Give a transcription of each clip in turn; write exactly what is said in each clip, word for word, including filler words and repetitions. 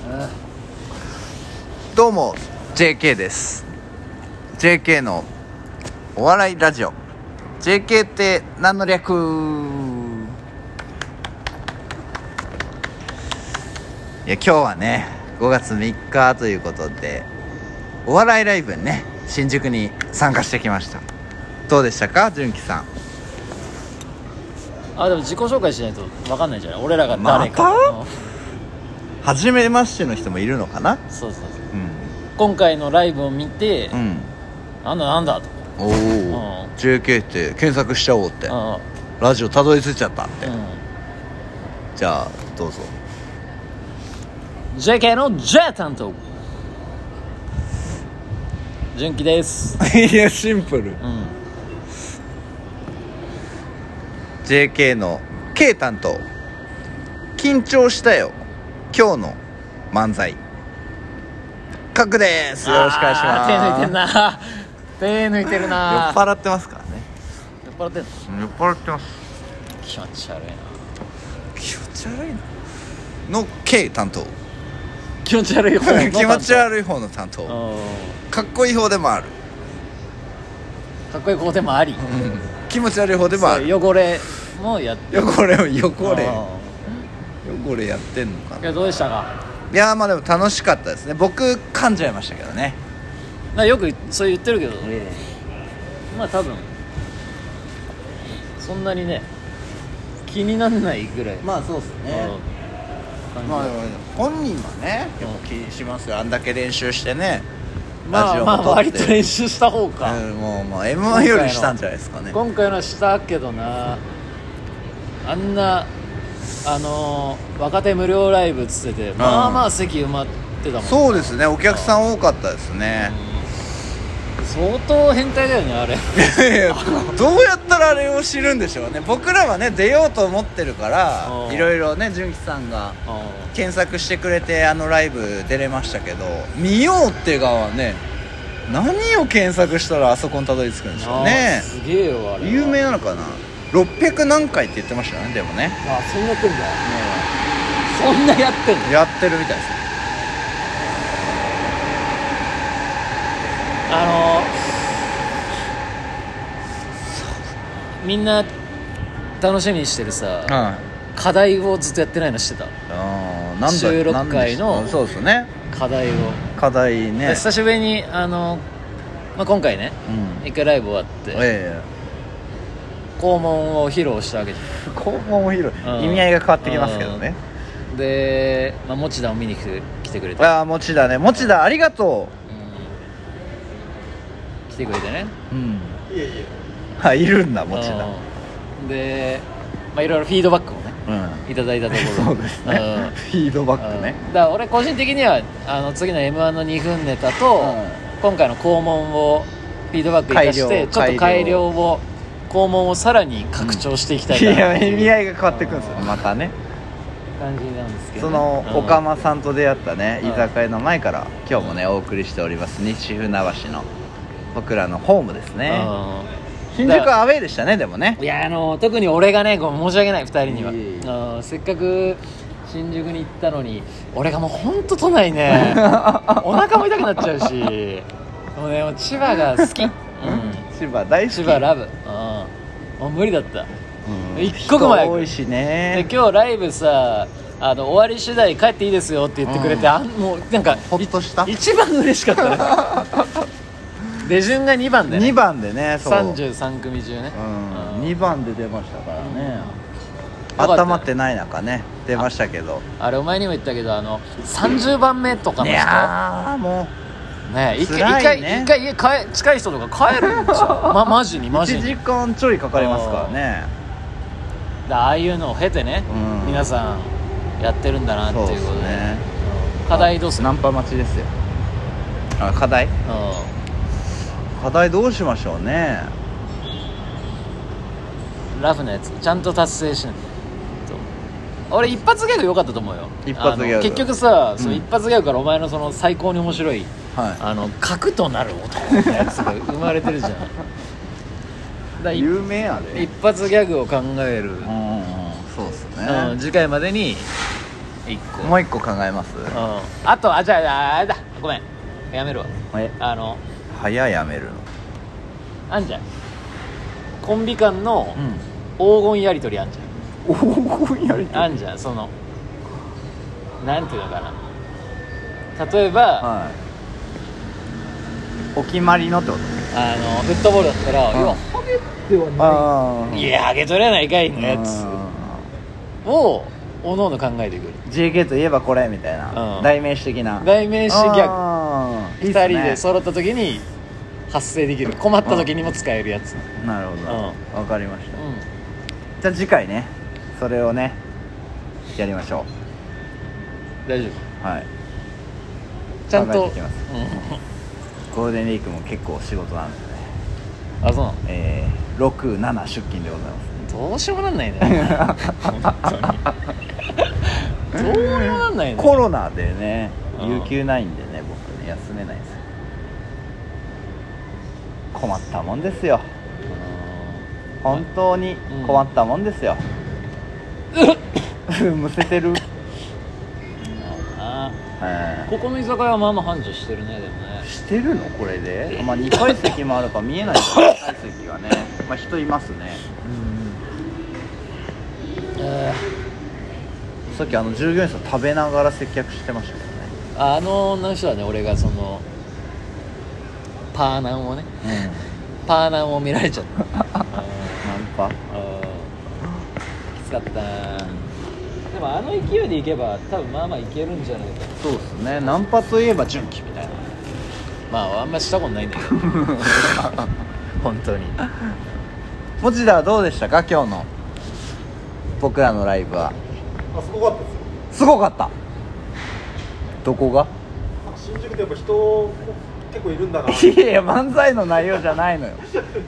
どうも ジェーケー です。 ジェーケー のお笑いラジオ。 ジェーケー って何の略？いや今日はねごがつみっかということでお笑いライブにね新宿に参加してきました。どうでしたか純喜さん。 あ、でも自己紹介しないと分かんないじゃない俺らが誰か。 また初めましての人もいるのかな。 そうそうそう、 うん、 今回のライブを見て、 うん、 なんだなんだと、 おお、うん、ジェーケー って検索しちゃおうって、うん、ラジオたどり着いちゃったって、うん、じゃあどうぞ。 ジェーケー の J 担当純喜です。 いやシンプル、うん、ジェーケー の K 担当緊張したよ今日の漫才カクです。よろしくお願いします。 手抜いてんな手抜いてるな。 酔っ払ってますからね。 酔っ払ってんの？ 酔っ払ってます。 気持ち悪いな。 気持ち悪いなの K 担当。 気持ち悪い方の気持ち悪い方の担当。かっこいい方でもある。 かっこいい方でもあり、うん、 気持ち悪い方でもある。 汚れもやって汚れを汚れ汚れやってんのかな。 いやどうでしたか？ いやまあでも楽しかったですね。僕噛んじゃいましたけどね。 よくそう言ってるけど、えー、まあ多分そんなにね気になんないぐらい。 まあそうですね。まあ本人はねやっぱ気にしますよ。あんだけ練習してね、 まあ、ラジオも撮ってまあ割と練習した方か、 えー、もうまあ エムワン よりしたんじゃないですかね。 今回のしたけどな、あんなあのー、若手無料ライブっつってて、まあまあ席埋まってたもんね。 そうですね、お客さん多かったですね。 相当変態だよねあれ。 どうやったらあれを知るんでしょうね。僕らはね出ようと思ってるからいろいろね純喜さんが検索してくれてあのライブ出れましたけど、見ようって側はね何を検索したらあそこにたどり着くんでしょうね。 すげえよあれ。 有名なのかな。ろっぴゃく何回って言ってましたよね。でもね、 あそんなやってんだ、ね、そんなやってんの。 やってるみたいです。 あのー、みんな楽しみにしてるさ、はい、課題をずっとやってないの知ってた？あなんだ収録回のそうですね課題を課題ね。 久しぶりにあの、まあ、今回ね、うん、一回ライブ終わって、えー、肛門を披露したわけじゃん。 肛門を披露、うん、意味合いが変わってきますけどね。 で、まあ、持田を見に来てくれて。 ああ持田ね、持田ありがとう。 来てくれてね、 うん、いやいやあいるんだ持田で、まあ、いろいろフィードバックもね、うん、いただいたところそうですね、うん、フィードバックね。 だから俺個人的にはあの次の エムワン のにふんネタと、うん、今回の肛門をフィードバック生かしてちょっと改良を肛門をさらに拡張していきたいな、うん、いや意味合いが変わってくるんですよまたね感じなんですけど、 ね、そのおかまさんと出会ったね、うん、居酒屋の前から今日もねお送りしております西船橋の僕らのホームですね。新宿アウェイでしたね。でもね、 いやあの特に俺がねごめん申し訳ないふたりには、いいあせっかく新宿に行ったのに俺がもうほんと都内ねお腹も痛くなっちゃうしもう、ね、もう千葉が好き、うん、 千葉大好き。 千葉ラブ、うん、もう無理だった、うん、一刻も早く多いしね。 で今日ライブさあの終わり次第帰っていいですよって言ってくれて、うん、あもうなんかほっとした。 一番嬉しかったね出順がにばんでねにばんでねそうさんじゅうさん組中ね、 うん、にばんで出ましたからね、うん、温まってない中ね出ましたけど あ, あれお前にも言ったけどあのさんじゅうばんめとかの人いやもうね一回一回家帰近い人とか帰るんですよまマジにマジにいちじかんちょいかかりますからね。 だああいうのを経てね、うん、皆さんやってるんだなっていうことで、そうですね、うん、課題どうする？ ナンパ待ちですよ。あ課題、うん課題どうしましょうね。 ラフなやつちゃんと達成しないと。俺一発ギャグ良かったと思うよ。 一発ギャグ結局さ、うん、その一発ギャグからお前のその最高に面白い、はい、あの核となる男のやつが生まれてるじゃんだ有名やで一発ギャグを考える、うんうん、 そうっすね、 うん、次回までにいっこ。 もう一個考えます。 うん、あとあじゃああれだごめんやめるわ。 えあの早いやめるの。 あんじゃんコンビ間のうん黄金やり取りあんじ黄金やりゃんあんじゃんそのなんていうのかな例えば、 はい、お決まりのってことあのフットボールだったら、 うん、 いやハゲってはないいやハゲ取れないかいのやつをおのおの考えてくるジェーケー といえばこれみたいな、うん、代名詞的な代名詞ギャグいい、 ね、ふたりで揃った時に発生できる困った時にも使えるやつ、 うん、なるほど、うん、分かりました、 うん、 じゃあ次回ねそれをねやりましょう大丈夫はいちゃんと、 考えてきます、うん、ゴールデンウィークも結構仕事なんでねあそうなの、 えー、ろく、なな出勤でございますどうしようもなんないね本当にどうしようもなんないねコロナでね有給ないんでね僕ね休めないんですよ困ったもんですよ本当に困ったもんですよ、うん、むせてるああ、 えー、 ここの居酒屋はまあまあ繁盛してるねでもねしてるのこれで、まあ、にかい席もあるから見えないからにかい席はねまあ人いますね、うんえー、さっきあの従業員さん食べながら接客してましたけどねあの女の人はね俺がそのパーナンをね、うん、パーナンを見られちゃったナンパきつかったなでもあの勢いでいけば多分まあまあいけるんじゃないかそうですねナンパといえば純喜みたいなまああんましたことないんだけど本当に持田はどうでしたか今日の僕らのライブは。 あすごかったですよ。 すごかった。どこが？ 新宿でやっぱ人結構いるんだな。 いやいや漫才の内容じゃないのよ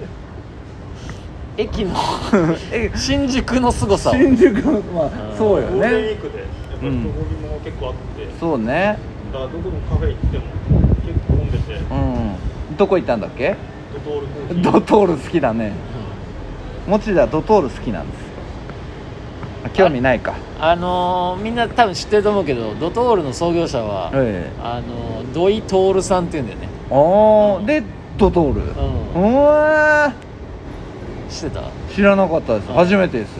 駅の新宿の凄さを新宿のまあそうよねゴールデンウィークでやっぱ人混みも結構あって、うん、 そうねだからどこのカフェ行っても結構混んでて、 うん、どこ行ったんだっけ？ ドトールコーヒー。 ドトール好きだね、うん、持田はドトール好きなんですよ。興味ないか。 あ、あのー、みんな多分知ってると思うけどドトールの創業者は、ええ、あのー、土井徹さんっていうんだよね。 ああ、でドトール、うん、うわ知ってた？ 知らなかったです、うん、初めてです、うん、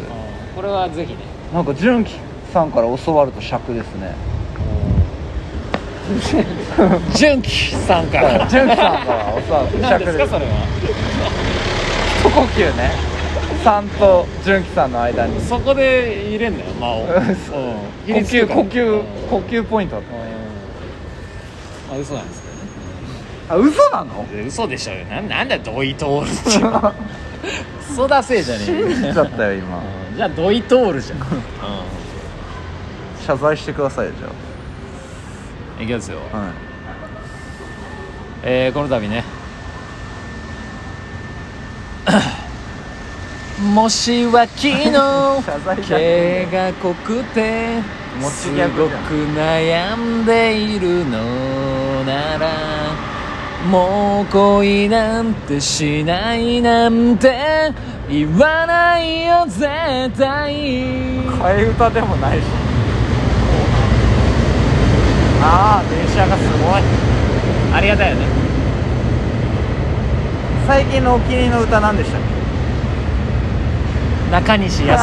これはぜひねなんか純喜さんから教わると尺ですね純喜さんから純喜さんから教わると尺です何ですかそれは一呼吸ねさんと純喜さんの間にそこで入れんだよ間を、うん、呼吸呼吸呼吸ポイントだった、 まあ嘘なんですけどね。 あ嘘なの？ 嘘でしょうよ。な、なんだよ土井徹って嘘だせいじゃねえ信じちゃったよ今、 うん、じゃあ土井徹じゃん、うん、 謝罪してくださいよじゃあいきますよ、 はいえー、この度ねもし脇の毛が濃くてすごく悩んでいるのならもう恋なんてしないなんて言わないよ絶対替え歌でもないしああ電車がすごいありがたいよね。 最近のお気に入りの歌何でしたっけ？ 中西康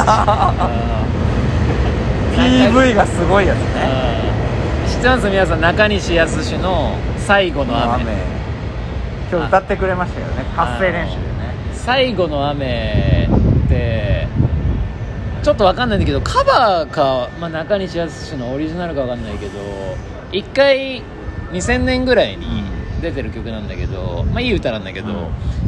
ピーブイ がすごいやつね。 知ってます皆さん中西康の最後の雨。 今日歌ってくれましたけどね発声練習でね。 最後の雨ってちょっと分かんないんだけどカバーか、まあ、中西康のオリジナルか分かんないけどいっかいにせんねんぐらいに出てる曲なんだけど、まあいい歌なんだけど、うん、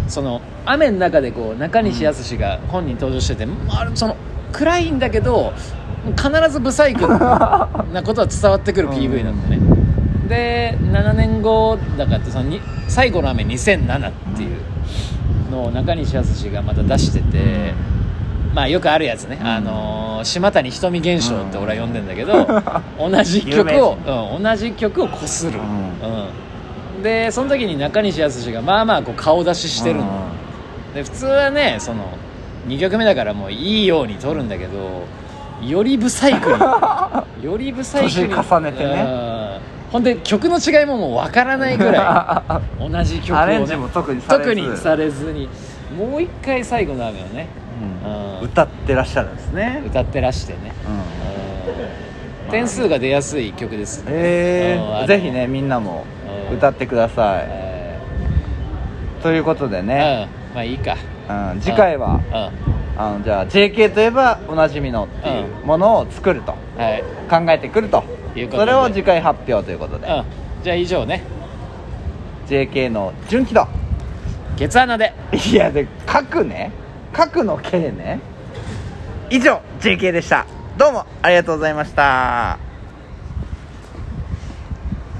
その雨の中でこう中西康が本人登場してて、まあ、その暗いんだけど必ずブサイクなことは伝わってくる ピーブイ なんだね、うん、でななねんごだからってそのに最後の雨にせんななっていうのを中西康がまた出してて、まあよくあるやつね、うん、あのー、島谷ひとみ現象って俺は呼んでんだけど、うん、同じ曲を、うん、同じ曲をこする、うんうん、でその時に中西康がまあまあこう顔出ししてるの、うん、で普通はねそのにきょくめだからもういいように撮るんだけどよりブサイクによりブサイクに年重ねてね、 ほんで曲の違いももう分からないぐらい同じ曲を、ね、 アレンジも特にされず特にされずにもう一回最後の雨をね、 うんうん歌ってらっしゃるんですね。 歌ってらしてね、 うんうん点数が出やすい曲です、ねえー、 うんあのぜひねみんなもうん歌ってください、 えということでーね、 うんまあいいか、 うん、次回はうんあのじゃあ ジェーケー といえばおなじみのっていうものを作るとはい、 考えてくるということでそれを次回発表ということで、 うん、じゃあ以上ねジェーケー の純喜度ケツ穴でいやで核ね核の K ね。以上 ジェーケー でした。どうもありがとうございました。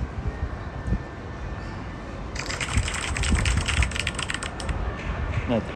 なんだ